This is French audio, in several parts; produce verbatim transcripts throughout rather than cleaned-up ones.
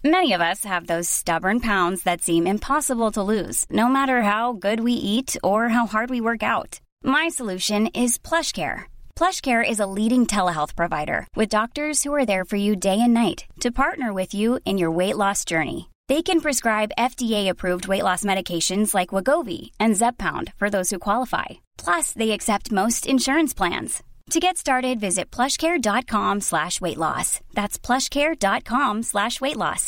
Many of us have those stubborn pounds that seem impossible to lose, no matter how good we eat or how hard we work out. My solution is PlushCare. PlushCare is a leading telehealth provider with doctors who are there for you day and night to partner with you in your weight loss journey. They can prescribe F D A-approved weight loss medications like Wegovy and Zepbound for those who qualify. Plus, they accept most insurance plans. To get started, visit plushcare.com slash weight loss. That's plushcare.com slash weight loss.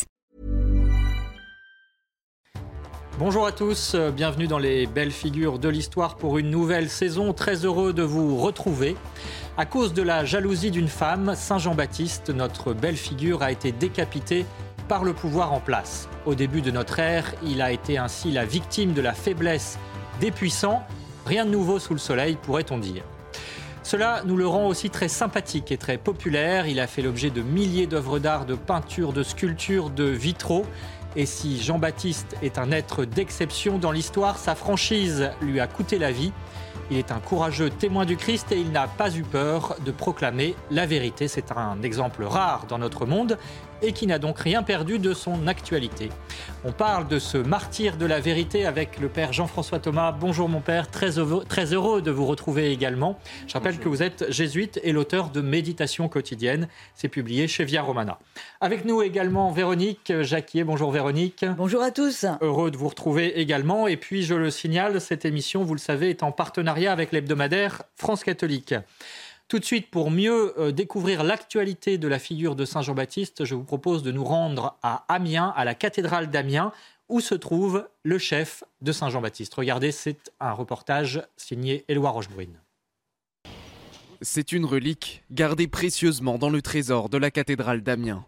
Bonjour à tous, bienvenue dans les belles figures de l'histoire pour une nouvelle saison. Très heureux de vous retrouver. À cause de la jalousie d'une femme, Saint Jean-Baptiste, notre belle figure, a été décapité par le pouvoir en place. Au début de notre ère, il a été ainsi la victime de la faiblesse des puissants. Rien de nouveau sous le soleil, pourrait-on dire. Cela nous le rend aussi très sympathique et très populaire. Il a fait l'objet de milliers d'œuvres d'art, de peintures, de sculptures, de vitraux. Et si Jean-Baptiste est un être d'exception dans l'histoire, sa franchise lui a coûté la vie. Il est un courageux témoin du Christ et il n'a pas eu peur de proclamer la vérité. C'est un exemple rare dans notre monde et qui n'a donc rien perdu de son actualité. On parle de ce martyr de la vérité avec le père Jean-François Thomas. Bonjour mon père, très heureux, très heureux de vous retrouver également. Je rappelle Bonjour. Que vous êtes jésuite et l'auteur de Méditations quotidiennes. C'est publié chez Via Romana. Avec nous également Véronique Jacquier. Bonjour Véronique. Bonjour à tous. Heureux de vous retrouver également. Et puis je le signale, cette émission, vous le savez, est en partenariat avec l'hebdomadaire France Catholique. Tout de suite, pour mieux euh, découvrir l'actualité de la figure de Saint Jean-Baptiste, je vous propose de nous rendre à Amiens, à la cathédrale d'Amiens, où se trouve le chef de Saint Jean-Baptiste. Regardez, c'est un reportage signé Éloi Rochebrune. C'est une relique gardée précieusement dans le trésor de la cathédrale d'Amiens.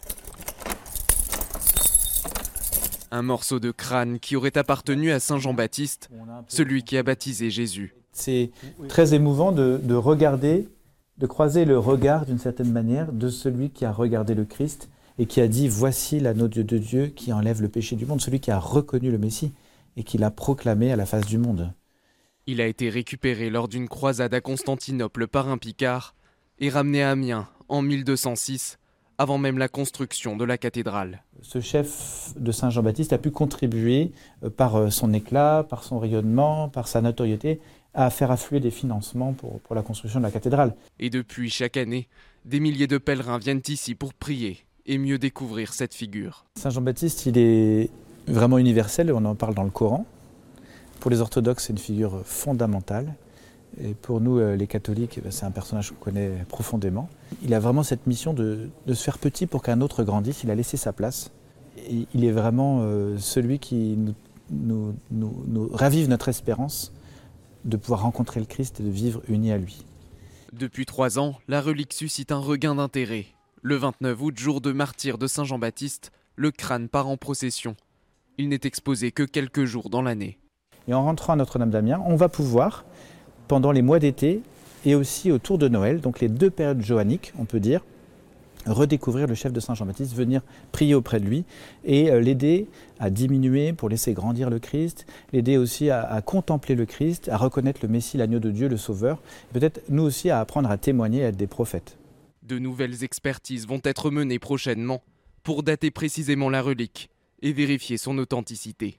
Un morceau de crâne qui aurait appartenu à Saint Jean-Baptiste, celui qui a baptisé Jésus. C'est très émouvant de, de regarder, de croiser le regard d'une certaine manière de celui qui a regardé le Christ et qui a dit « Voici l'agneau de Dieu qui enlève le péché du monde », celui qui a reconnu le Messie et qui l'a proclamé à la face du monde. Il a été récupéré lors d'une croisade à Constantinople par un Picard et ramené à Amiens en mille deux cent six, avant même la construction de la cathédrale. Ce chef de Saint Jean-Baptiste a pu contribuer par son éclat, par son rayonnement, par sa notoriété, à faire affluer des financements pour, pour la construction de la cathédrale. Et depuis, chaque année, des milliers de pèlerins viennent ici pour prier et mieux découvrir cette figure. Saint Jean-Baptiste, il est vraiment universel, on en parle dans le Coran. Pour les orthodoxes, c'est une figure fondamentale. Et pour nous, les catholiques, c'est un personnage qu'on connaît profondément. Il a vraiment cette mission de, de se faire petit pour qu'un autre grandisse. Il a laissé sa place. Et il est vraiment euh, celui qui nous, nous, nous, nous ravive notre espérance de pouvoir rencontrer le Christ et de vivre unis à lui. Depuis trois ans, la relique suscite un regain d'intérêt. Le vingt-neuf août, jour de martyre de Saint Jean-Baptiste, le crâne part en procession. Il n'est exposé que quelques jours dans l'année. Et en rentrant à Notre-Dame d'Amiens, on va pouvoir, pendant les mois d'été et aussi autour de Noël, donc les deux périodes johanniques, on peut dire, redécouvrir le chef de Saint Jean-Baptiste, venir prier auprès de lui et l'aider à diminuer pour laisser grandir le Christ, l'aider aussi à, à contempler le Christ, à reconnaître le Messie, l'agneau de Dieu, le Sauveur, peut-être nous aussi à apprendre à témoigner, à être des prophètes. De nouvelles expertises vont être menées prochainement pour dater précisément la relique et vérifier son authenticité.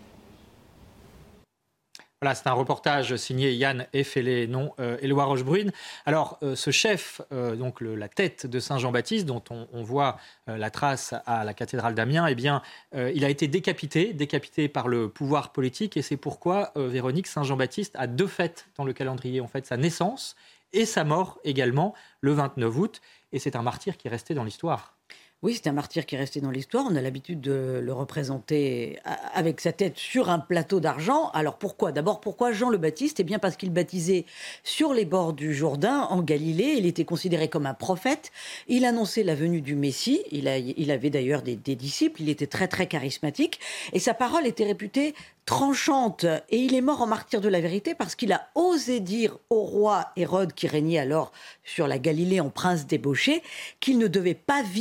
Voilà, c'est un reportage signé Yann Effelé, non euh, Éloi Rochebrune. Alors, euh, ce chef, euh, donc le, la tête de Saint Jean-Baptiste, dont on, on voit euh, la trace à la cathédrale d'Amiens, eh bien, euh, il a été décapité, décapité par le pouvoir politique, et c'est pourquoi, euh, Véronique, Saint Jean-Baptiste a deux fêtes dans le calendrier, en fait, sa naissance et sa mort également, le vingt-neuf août, et c'est un martyr qui est resté dans l'histoire. Oui, c'est un martyr qui est resté dans l'histoire. On a l'habitude de le représenter avec sa tête sur un plateau d'argent. Alors pourquoi ? D'abord, pourquoi Jean le Baptiste ? Eh bien parce qu'il baptisait sur les bords du Jourdain, en Galilée. Il était considéré comme un prophète. Il annonçait la venue du Messie. Il, a, il avait d'ailleurs des, des disciples. Il était très très charismatique. Et sa parole était réputée tranchante. Et il est mort en martyr de la vérité parce qu'il a osé dire au roi Hérode, qui régnait alors sur la Galilée en prince débauché, qu'il ne devait pas vivre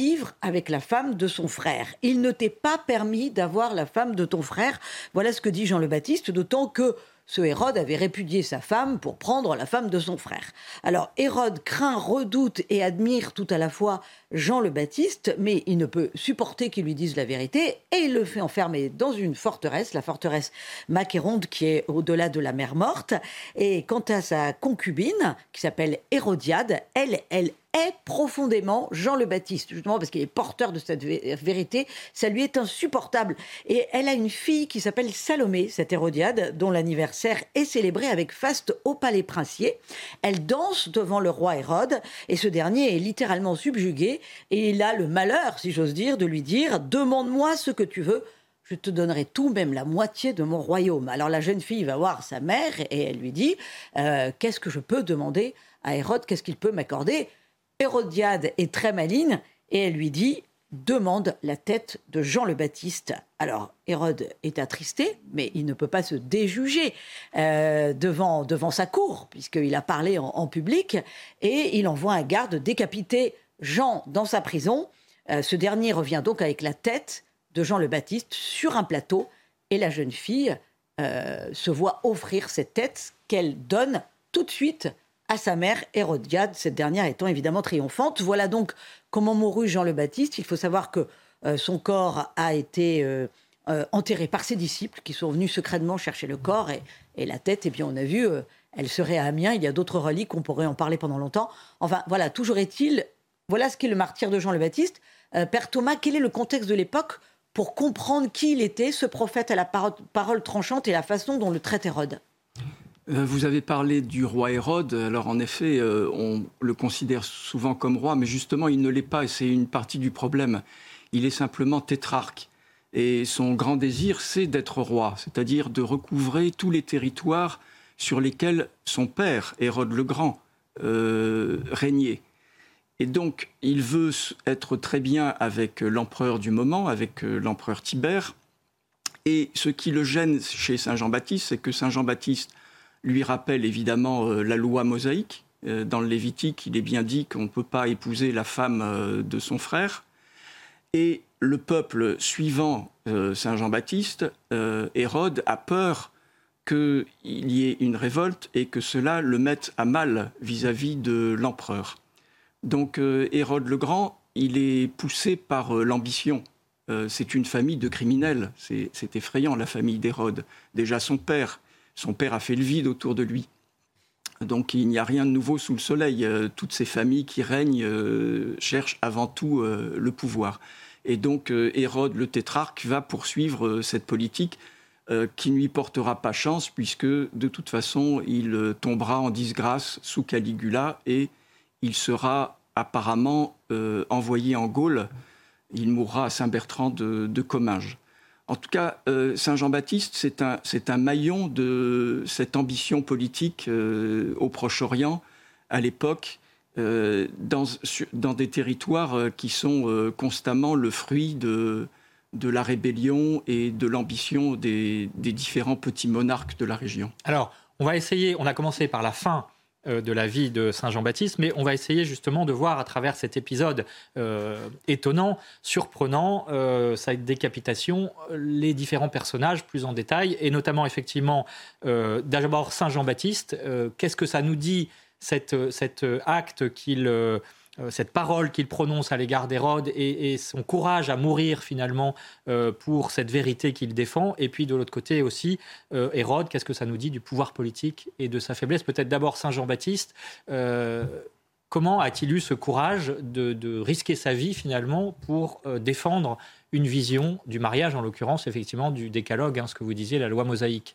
avec la femme de son frère. Il ne t'est pas permis d'avoir la femme de ton frère. Voilà ce que dit Jean le Baptiste, d'autant que ce Hérode avait répudié sa femme pour prendre la femme de son frère. Alors Hérode craint, redoute et admire tout à la fois Jean le Baptiste, mais il ne peut supporter qu'il lui dise la vérité et il le fait enfermer dans une forteresse, la forteresse Macéronte qui est au-delà de la mer Morte. Et quant à sa concubine, qui s'appelle Hérodiade, elle, elle est profondément Jean le Baptiste, justement parce qu'il est porteur de cette vérité, ça lui est insupportable. Et elle a une fille qui s'appelle Salomé, cette Hérodiade, dont l'anniversaire est célébré avec faste au palais princier. Elle danse devant le roi Hérode, et ce dernier est littéralement subjugué, et il a le malheur, si j'ose dire, de lui dire « Demande-moi ce que tu veux, je te donnerai tout, même la moitié de mon royaume. » Alors la jeune fille va voir sa mère, et elle lui dit euh, « Qu'est-ce que je peux demander à Hérode? Qu'est-ce qu'il peut m'accorder ?» Hérodiade est très maligne et elle lui dit « Demande la tête de Jean le Baptiste ». Alors Hérode est attristé, mais il ne peut pas se déjuger euh, devant, devant sa cour, puisqu'il a parlé en, en public, et il envoie un garde décapiter Jean dans sa prison. Euh, ce dernier revient donc avec la tête de Jean le Baptiste sur un plateau, et la jeune fille euh, se voit offrir cette tête qu'elle donne tout de suite à sa mère Hérodiade, cette dernière étant évidemment triomphante. Voilà donc comment mourut Jean le Baptiste. Il faut savoir que euh, son corps a été euh, euh, enterré par ses disciples qui sont venus secrètement chercher le corps, et, et la tête, eh bien, on a vu, euh, elle serait à Amiens. Il y a d'autres reliques, on pourrait en parler pendant longtemps. Enfin, voilà, toujours est-il, voilà ce qu'est le martyre de Jean le Baptiste. Euh, Père Thomas, quel est le contexte de l'époque pour comprendre qui il était, ce prophète à la parole, parole tranchante, et la façon dont le traite Hérode ? Vous avez parlé du roi Hérode. Alors en effet, euh, on le considère souvent comme roi, mais justement il ne l'est pas, et c'est une partie du problème. Il est simplement tétrarque. Et son grand désir, c'est d'être roi, c'est-à-dire de recouvrer tous les territoires sur lesquels son père, Hérode le Grand, euh, régnait. Et donc il veut être très bien avec l'empereur du moment, avec l'empereur Tibère. Et ce qui le gêne chez Saint Jean-Baptiste, c'est que Saint Jean-Baptiste lui rappelle évidemment euh, la loi mosaïque. Euh, dans le Lévitique, il est bien dit qu'on ne peut pas épouser la femme euh, de son frère. Et le peuple suivant euh, Saint Jean-Baptiste, euh, Hérode, a peur qu'il y ait une révolte et que cela le mette à mal vis-à-vis de l'empereur. Donc euh, Hérode le Grand, il est poussé par euh, l'ambition. Euh, c'est une famille de criminels. C'est, c'est effrayant, la famille d'Hérode. Déjà son père. Son père a fait le vide autour de lui. Donc il n'y a rien de nouveau sous le soleil. Euh, toutes ces familles qui règnent euh, cherchent avant tout euh, le pouvoir. Et donc euh, Hérode le tétrarque va poursuivre euh, cette politique euh, qui ne lui portera pas chance, puisque de toute façon il euh, tombera en disgrâce sous Caligula et il sera apparemment euh, envoyé en Gaule. Il mourra à Saint-Bertrand de, de Comminges. En tout cas, euh, Saint Jean-Baptiste, c'est un, c'est un maillon de cette ambition politique euh, au Proche-Orient, à l'époque, euh, dans, dans des territoires euh, qui sont euh, constamment le fruit de, de la rébellion et de l'ambition des, des différents petits monarques de la région. Alors, on va essayer, on a commencé par la fin de la vie de Saint Jean-Baptiste, mais on va essayer justement de voir à travers cet épisode euh, étonnant, surprenant, euh, sa décapitation, les différents personnages plus en détail, et notamment effectivement euh, d'abord Saint Jean-Baptiste. Euh, qu'est-ce que ça nous dit, cette, cet acte qu'il... Euh, cette parole qu'il prononce à l'égard d'Hérode et, et son courage à mourir finalement euh, pour cette vérité qu'il défend. Et puis de l'autre côté aussi, euh, Hérode, qu'est-ce que ça nous dit du pouvoir politique et de sa faiblesse? Peut-être d'abord Saint Jean-Baptiste. Euh, comment a-t-il eu ce courage de, de risquer sa vie finalement pour euh, défendre une vision du mariage, en l'occurrence effectivement du décalogue, hein, ce que vous disiez, la loi mosaïque?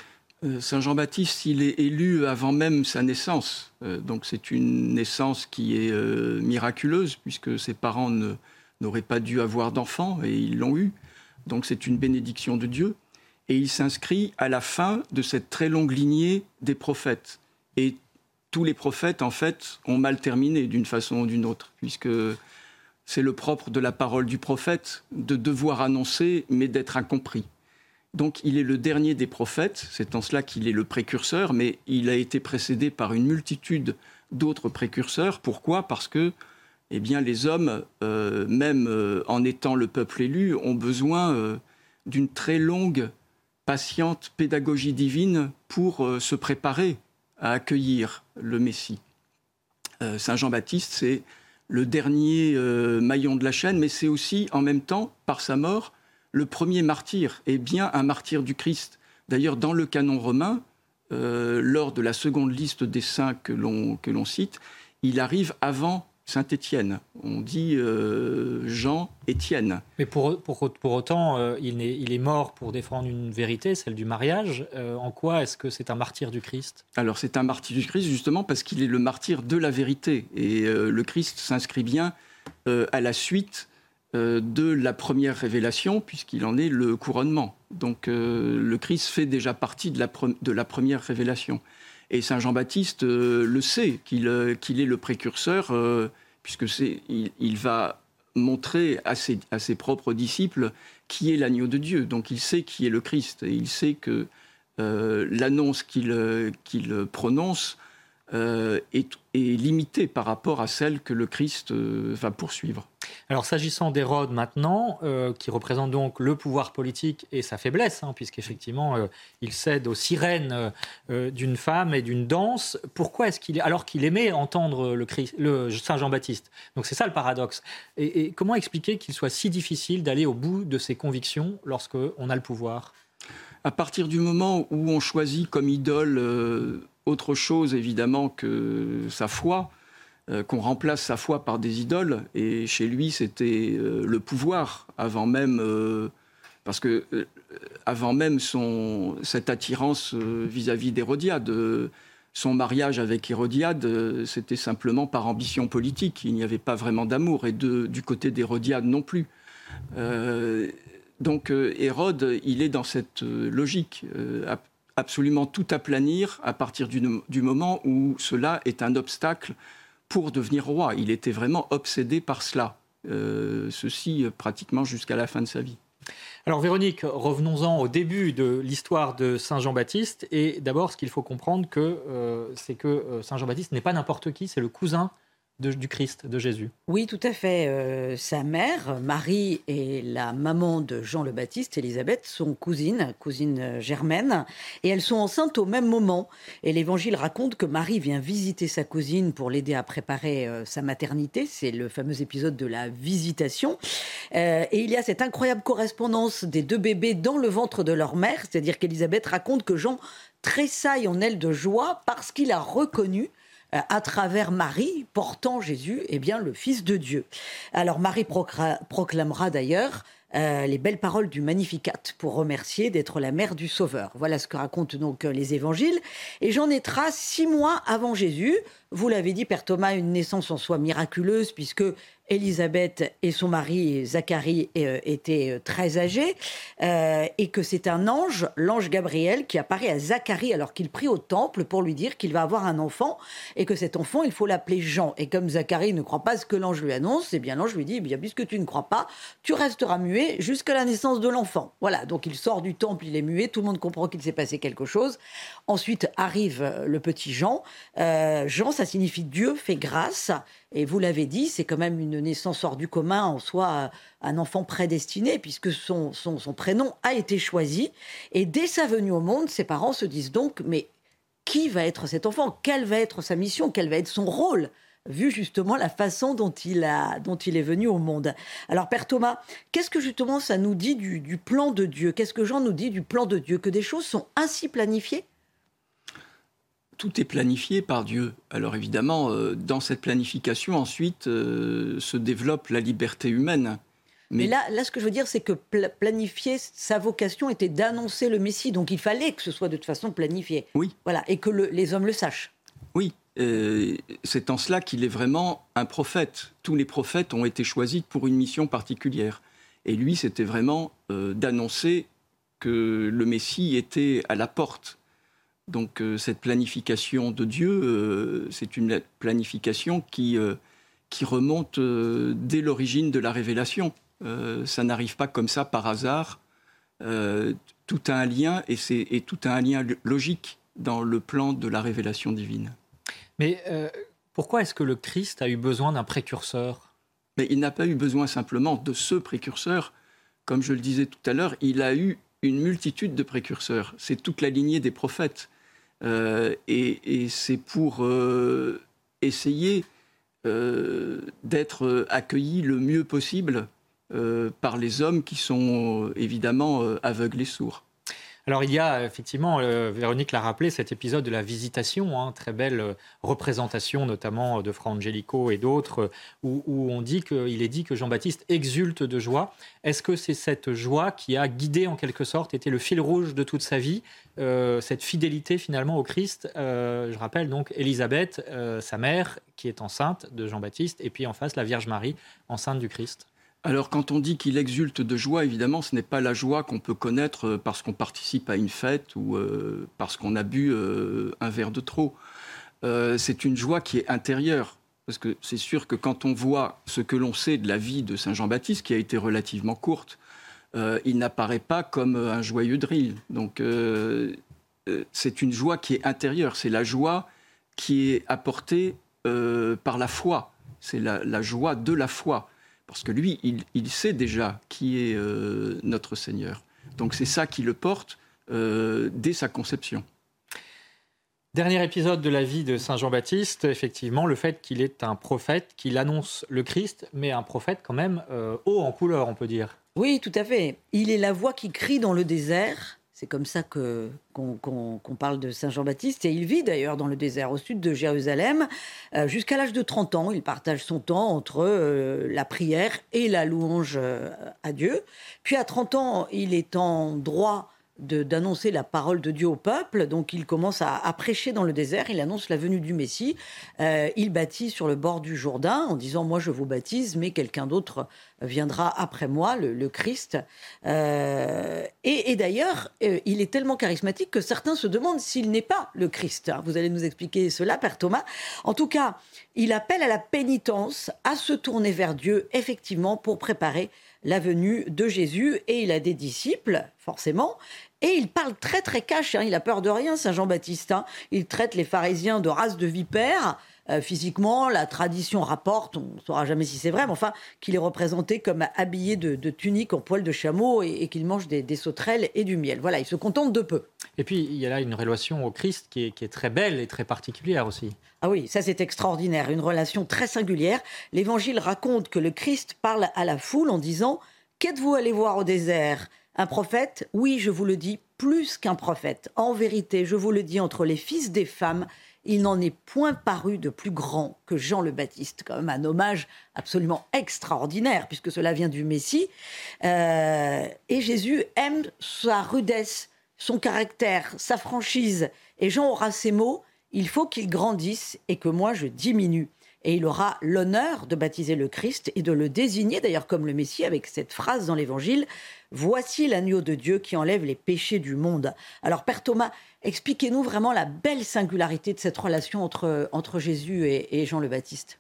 Saint Jean-Baptiste, il est élu avant même sa naissance. Euh, donc c'est une naissance qui est euh, miraculeuse, puisque ses parents ne, n'auraient pas dû avoir d'enfants, et ils l'ont eu. Donc c'est une bénédiction de Dieu. Et il s'inscrit à la fin de cette très longue lignée des prophètes. Et tous les prophètes, en fait, ont mal terminé d'une façon ou d'une autre, puisque c'est le propre de la parole du prophète, de devoir annoncer, mais d'être incompris. Donc il est le dernier des prophètes, c'est en cela qu'il est le précurseur, mais il a été précédé par une multitude d'autres précurseurs. Pourquoi ? Parce que, eh bien les hommes, euh, même euh, en étant le peuple élu, ont besoin euh, d'une très longue, patiente pédagogie divine pour euh, se préparer à accueillir le Messie. Euh, Saint Jean-Baptiste, c'est le dernier euh, maillon de la chaîne, mais c'est aussi, en même temps, par sa mort, le premier martyr, et bien un martyr du Christ. D'ailleurs, dans le canon romain, euh, lors de la seconde liste des saints que l'on, que l'on cite, il arrive avant Saint-Étienne. On dit euh, Jean-Étienne. Mais pour, pour, pour autant, euh, il, est, il est mort pour défendre une vérité, celle du mariage. Euh, en quoi est-ce que c'est un martyr du Christ ? Alors c'est un martyr du Christ justement parce qu'il est le martyr de la vérité. Et euh, le Christ s'inscrit bien euh, à la suite euh, de la première révélation, puisqu'il en est le couronnement. Donc euh, le Christ fait déjà partie de la, pre- de la première révélation. Et Saint Jean-Baptiste euh, le sait, qu'il, euh, qu'il est le précurseur, euh, puisque c'est, il, il va montrer à ses, à ses propres disciples qui est l'agneau de Dieu. Donc il sait qui est le Christ, et il sait que euh, l'annonce qu'il, euh, qu'il prononce euh, est, est limitée par rapport à celle que le Christ euh, va poursuivre. Alors s'agissant d'Hérode maintenant, euh, qui représente donc le pouvoir politique et sa faiblesse, hein, puisqu'effectivement euh, il cède aux sirènes euh, d'une femme et d'une danse, pourquoi est-ce qu'il, alors qu'il aimait entendre le, Christ, le Saint Jean-Baptiste ? Donc c'est ça le paradoxe. Et, et comment expliquer qu'il soit si difficile d'aller au bout de ses convictions lorsqu'on a le pouvoir ? À partir du moment où on choisit comme idole euh, autre chose évidemment que sa foi, Euh, qu'on remplace sa foi par des idoles, et chez lui c'était euh, le pouvoir avant même, euh, parce que euh, avant même son, cette attirance euh, vis-à-vis d'Hérodiade, euh, son mariage avec Hérodiade, euh, c'était simplement par ambition politique, il n'y avait pas vraiment d'amour, et de, du côté d'Hérodiade non plus. Euh, donc euh, Hérode, il est dans cette euh, logique, euh, absolument tout aplanir à partir du, du moment où cela est un obstacle pour devenir roi. Il était vraiment obsédé par cela, euh, ceci pratiquement jusqu'à la fin de sa vie. Alors Véronique, revenons-en au début de l'histoire de Saint Jean-Baptiste. Et d'abord, ce qu'il faut comprendre, que, euh, c'est que euh, Saint Jean-Baptiste n'est pas n'importe qui, c'est le cousin de, du Christ, de Jésus. Oui, tout à fait. Euh, sa mère, Marie, et la maman de Jean le Baptiste, Élisabeth, sont cousines, cousines germaines, et elles sont enceintes au même moment. Et l'Évangile raconte que Marie vient visiter sa cousine pour l'aider à préparer euh, sa maternité. C'est le fameux épisode de la visitation. Euh, et il y a cette incroyable correspondance des deux bébés dans le ventre de leur mère, c'est-à-dire qu'Élisabeth raconte que Jean tressaille en elle de joie parce qu'il a reconnu à travers Marie, portant Jésus, eh bien, le Fils de Dieu. Alors Marie procra- proclamera d'ailleurs euh, les belles paroles du Magnificat pour remercier d'être la mère du Sauveur. Voilà ce que racontent donc les évangiles. Et Jean naîtra six mois avant Jésus. Vous l'avez dit, Père Thomas, une naissance en soi miraculeuse, puisque Élisabeth et son mari Zacharie euh, étaient très âgés, euh, et que c'est un ange, l'ange Gabriel, qui apparaît à Zacharie alors qu'il prie au temple pour lui dire qu'il va avoir un enfant, et que cet enfant, il faut l'appeler Jean. Et comme Zacharie ne croit pas ce que l'ange lui annonce, eh bien l'ange lui dit, eh bien, puisque tu ne crois pas, tu resteras muet jusqu'à la naissance de l'enfant. Voilà, donc il sort du temple, il est muet, tout le monde comprend qu'il s'est passé quelque chose. Ensuite arrive le petit Jean. Euh, Jean, ça signifie Dieu fait grâce. Et vous l'avez dit, c'est quand même une naissance hors du commun, en soi, un enfant prédestiné, puisque son, son, son prénom a été choisi. Et dès sa venue au monde, ses parents se disent donc, mais qui va être cet enfant ? Quelle va être sa mission ? Quel va être son rôle ? Vu justement la façon dont il, a, dont il est venu au monde. Alors Père Thomas, qu'est-ce que justement ça nous dit du, du plan de Dieu ? Qu'est-ce que Jean nous dit du plan de Dieu ? Que des choses sont ainsi planifiées ? Tout est planifié par Dieu. Alors évidemment, euh, dans cette planification, ensuite, euh, se développe la liberté humaine. Mais, Mais là, là, ce que je veux dire, c'est que pl- planifier, sa vocation était d'annoncer le Messie. Donc il fallait que ce soit de toute façon planifié. Oui. Voilà, et que le, les hommes le sachent. Oui, euh, c'est en cela qu'il est vraiment un prophète. Tous les prophètes ont été choisis pour une mission particulière. Et lui, c'était vraiment euh, d'annoncer que le Messie était à la porte. Donc euh, cette planification de Dieu, euh, c'est une planification qui, euh, qui remonte euh, dès l'origine de la révélation. Euh, ça n'arrive pas comme ça par hasard. Euh, tout a un lien, et, c'est, et tout a un lien logique dans le plan de la révélation divine. Mais euh, Pourquoi est-ce que le Christ a eu besoin d'un précurseur ? Mais il n'a pas eu besoin simplement de ce précurseur. Comme je le disais tout à l'heure, il a eu une multitude de précurseurs. C'est toute la lignée des prophètes. Euh, et, et c'est pour euh, essayer euh, d'être accueilli le mieux possible euh, par les hommes qui sont euh, évidemment euh, aveugles et sourds. Alors il y a effectivement, euh, Véronique l'a rappelé, cet épisode de la Visitation, hein, très belle euh, représentation notamment de Fra Angelico et d'autres, euh, où, où on dit que, il est dit que Jean-Baptiste exulte de joie. Est-ce que c'est cette joie qui a guidé en quelque sorte, été le fil rouge de toute sa vie, euh, cette fidélité finalement au Christ? euh, Je rappelle donc Élisabeth, euh, sa mère, qui est enceinte de Jean-Baptiste, et puis en face la Vierge Marie, enceinte du Christ. Alors, quand on dit qu'il exulte de joie, évidemment, ce n'est pas la joie qu'on peut connaître parce qu'on participe à une fête ou euh, parce qu'on a bu euh, un verre de trop. Euh, c'est une joie qui est intérieure. Parce que c'est sûr que quand on voit ce que l'on sait de la vie de Saint Jean-Baptiste, qui a été relativement courte, euh, il n'apparaît pas comme un joyeux drill. Donc, euh, euh, c'est une joie qui est intérieure. C'est la joie qui est apportée euh, par la foi. C'est la, la joie de la foi. Parce que lui, il, il sait déjà qui est euh, notre Seigneur. Donc c'est ça qui le porte euh, dès sa conception. Dernier épisode de la vie de Saint Jean-Baptiste, effectivement, le fait qu'il est un prophète, qu'il annonce le Christ, mais un prophète quand même euh, haut en couleur, on peut dire. Oui, tout à fait. Il est la voix qui crie dans le désert. C'est comme ça que, qu'on, qu'on, qu'on parle de Saint Jean-Baptiste. Et il vit d'ailleurs dans le désert, au sud de Jérusalem. Euh, jusqu'à l'âge de trente ans, il partage son temps entre euh, la prière et la louange euh, à Dieu. Puis à trente ans, il est en droit de, d'annoncer la parole de Dieu au peuple. Donc il commence à, à prêcher dans le désert. Il annonce la venue du Messie. Euh, il baptise sur le bord du Jourdain en disant « Moi, je vous baptise, mais quelqu'un d'autre viendra après moi, le, le Christ. Euh, » et, et d'ailleurs, euh, il est tellement charismatique que certains se demandent s'il n'est pas le Christ. Vous allez nous expliquer cela, Père Thomas. En tout cas, il appelle à la pénitence, à se tourner vers Dieu, effectivement, pour préparer la venue de Jésus. Et il a des disciples, forcément. Et il parle très, très cash. Hein. Il a peur de rien, Saint Jean-Baptiste. Hein. Il traite les pharisiens de race de vipères. Euh, physiquement, la tradition rapporte, on ne saura jamais si c'est vrai, mais enfin, qu'il est représenté comme habillé de, de tunique en poil de chameau et, et qu'il mange des, des sauterelles et du miel. Voilà, il se contente de peu. Et puis, il y a là une relation au Christ qui est, qui est très belle et très particulière aussi. Ah oui, ça c'est extraordinaire, une relation très singulière. L'Évangile raconte que le Christ parle à la foule en disant « Qu'êtes-vous allé voir au désert ? Un prophète ? Oui, je vous le dis, plus qu'un prophète. En vérité, je vous le dis, entre les fils des femmes, il n'en est point paru de plus grand que Jean le Baptiste. » Quand même un hommage absolument extraordinaire, puisque cela vient du Messie. Euh, et Jésus aime sa rudesse, son caractère, sa franchise. Et Jean aura ces mots, « Il faut qu'il grandisse et que moi je diminue. » Et il aura l'honneur de baptiser le Christ et de le désigner, d'ailleurs comme le Messie, avec cette phrase dans l'Évangile, « Voici l'agneau de Dieu qui enlève les péchés du monde. » Alors Père Thomas, expliquez-nous vraiment la belle singularité de cette relation entre, entre Jésus et, et Jean le Baptiste.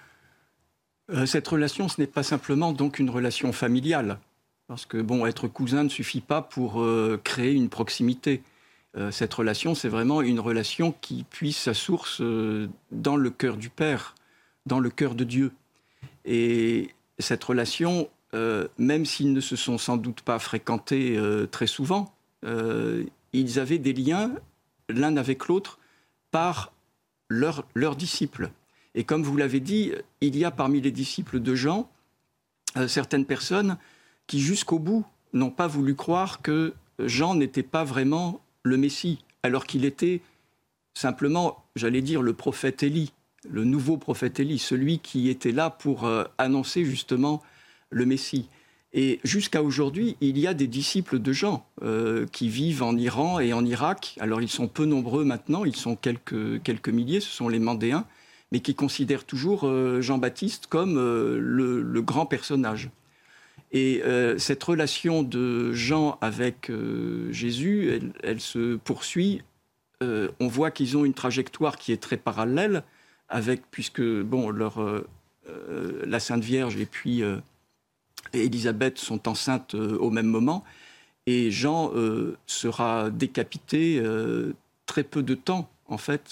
Euh, cette relation, ce n'est pas simplement donc une relation familiale. Parce que, bon, être cousin ne suffit pas pour euh, créer une proximité. Euh, cette relation, c'est vraiment une relation qui puise sa source euh, dans le cœur du Père, dans le cœur de Dieu. Et cette relation, euh, même s'ils ne se sont sans doute pas fréquentés euh, très souvent, euh, ils avaient des liens l'un avec l'autre par leurs leur disciples. Et comme vous l'avez dit, il y a parmi les disciples de Jean euh, certaines personnes qui, jusqu'au bout, n'ont pas voulu croire que Jean n'était pas vraiment le Messie, alors qu'il était simplement, j'allais dire, le prophète Élie, le nouveau prophète Élie, celui qui était là pour euh, annoncer justement le Messie. Et jusqu'à aujourd'hui, il y a des disciples de Jean euh, qui vivent en Iran et en Irak. Alors ils sont peu nombreux maintenant, ils sont quelques, quelques milliers, ce sont les Mandéens, mais qui considèrent toujours euh, Jean-Baptiste comme euh, le, le grand personnage. Et euh, cette relation de Jean avec euh, Jésus, elle, elle se poursuit. Euh, on voit qu'ils ont une trajectoire qui est très parallèle, avec, puisque bon, leur, euh, euh, la Sainte Vierge et puis euh, Élisabeth sont enceintes euh, au même moment. Et Jean euh, sera décapité euh, très peu de temps, en fait,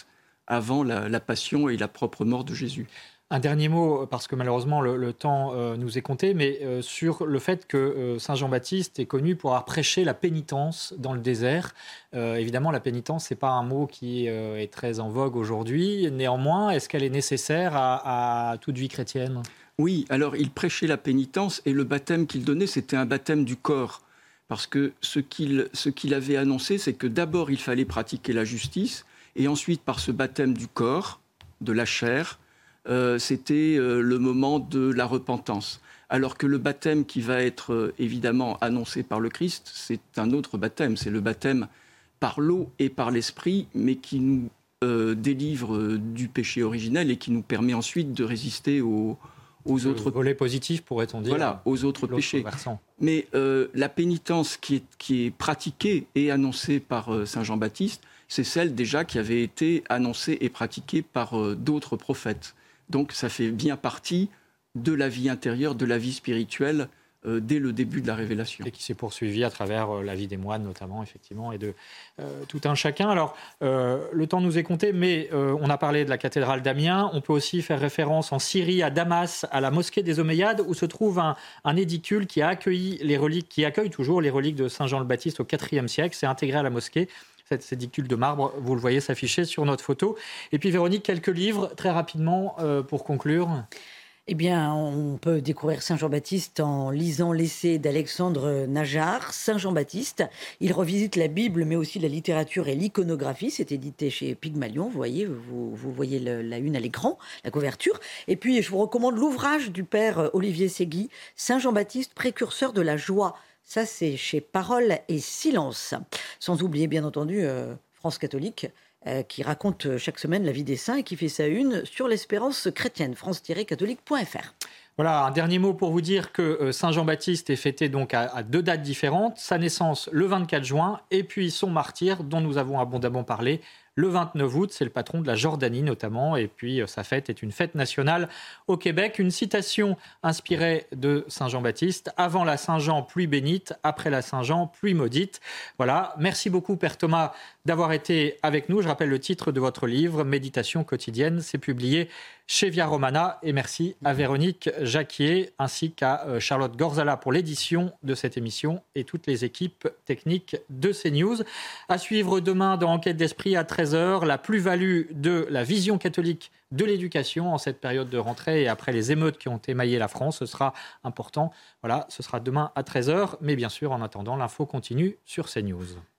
avant la, la passion et la propre mort de Jésus. Un dernier mot, parce que malheureusement le, le temps euh, nous est compté, mais euh, sur le fait que euh, Saint Jean-Baptiste est connu pour avoir prêché la pénitence dans le désert. Euh, évidemment, la pénitence, ce n'est pas un mot qui euh, est très en vogue aujourd'hui. Néanmoins, est-ce qu'elle est nécessaire à, à toute vie chrétienne ? Oui, alors il prêchait la pénitence et le baptême qu'il donnait, c'était un baptême du corps. Parce que ce qu'il, ce qu'il avait annoncé, c'est que d'abord il fallait pratiquer la justice et ensuite par ce baptême du corps, de la chair, Euh, c'était euh, le moment de la repentance. Alors que le baptême qui va être euh, évidemment annoncé par le Christ, c'est un autre baptême. C'est le baptême par l'eau et par l'esprit, mais qui nous euh, délivre euh, du péché originel et qui nous permet ensuite de résister aux, aux Le autres... volet positif, pourrait-on dire. Voilà, aux autres péchés. Versant. Mais euh, la pénitence qui est, qui est pratiquée et annoncée par euh, Saint Jean-Baptiste, c'est celle déjà qui avait été annoncée et pratiquée par euh, d'autres prophètes. Donc ça fait bien partie de la vie intérieure, de la vie spirituelle, euh, dès le début de la révélation. Et qui s'est poursuivi à travers euh, la vie des moines notamment, effectivement, et de euh, tout un chacun. Alors, euh, le temps nous est compté, mais euh, on a parlé de la cathédrale d'Amiens. On peut aussi faire référence en Syrie, à Damas, à la mosquée des Omeyyades, où se trouve un, un édicule qui a accueilli les reliques, qui accueille toujours les reliques de Saint Jean le Baptiste au quatrième siècle. C'est intégré à la mosquée. Cet édicule de marbre, vous le voyez s'afficher sur notre photo. Et puis Véronique, quelques livres, très rapidement, euh, pour conclure. Eh bien, on peut découvrir Saint Jean-Baptiste en lisant l'essai d'Alexandre Najar, Saint Jean-Baptiste. Il revisite la Bible, mais aussi la littérature et l'iconographie. C'est édité chez Pygmalion, vous voyez, vous, vous voyez le, la une à l'écran, la couverture. Et puis, je vous recommande l'ouvrage du père Olivier Ségui, Saint Jean-Baptiste, précurseur de la joie. Ça, c'est chez Parole et Silence. Sans oublier, bien entendu, euh, France catholique, euh, qui raconte chaque semaine la vie des saints et qui fait sa une sur l'espérance chrétienne, france tiret catholique point f r. Voilà, un dernier mot pour vous dire que euh, Saint Jean-Baptiste est fêté donc à, à deux dates différentes. Sa naissance le vingt-quatre juin et puis son martyre, dont nous avons abondamment parlé, le vingt-neuf août. C'est le patron de la Jordanie notamment. Et puis euh, sa fête est une fête nationale au Québec. Une citation inspirée de Saint Jean-Baptiste. Avant la Saint-Jean, pluie bénite. Après la Saint-Jean, pluie maudite. Voilà. Merci beaucoup, Père Thomas, d'avoir été avec nous. Je rappelle le titre de votre livre, Méditation quotidienne. C'est publié chez Via Romana. Et merci à Véronique Jacquier ainsi qu'à Charlotte Gorzala pour l'édition de cette émission et toutes les équipes techniques de CNews. À suivre demain dans Enquête d'Esprit à treize heures, la plus-value de la vision catholique de l'éducation en cette période de rentrée et après les émeutes qui ont émaillé la France. Ce sera important. Voilà, ce sera demain à treize heures. Mais bien sûr, en attendant, l'info continue sur CNews.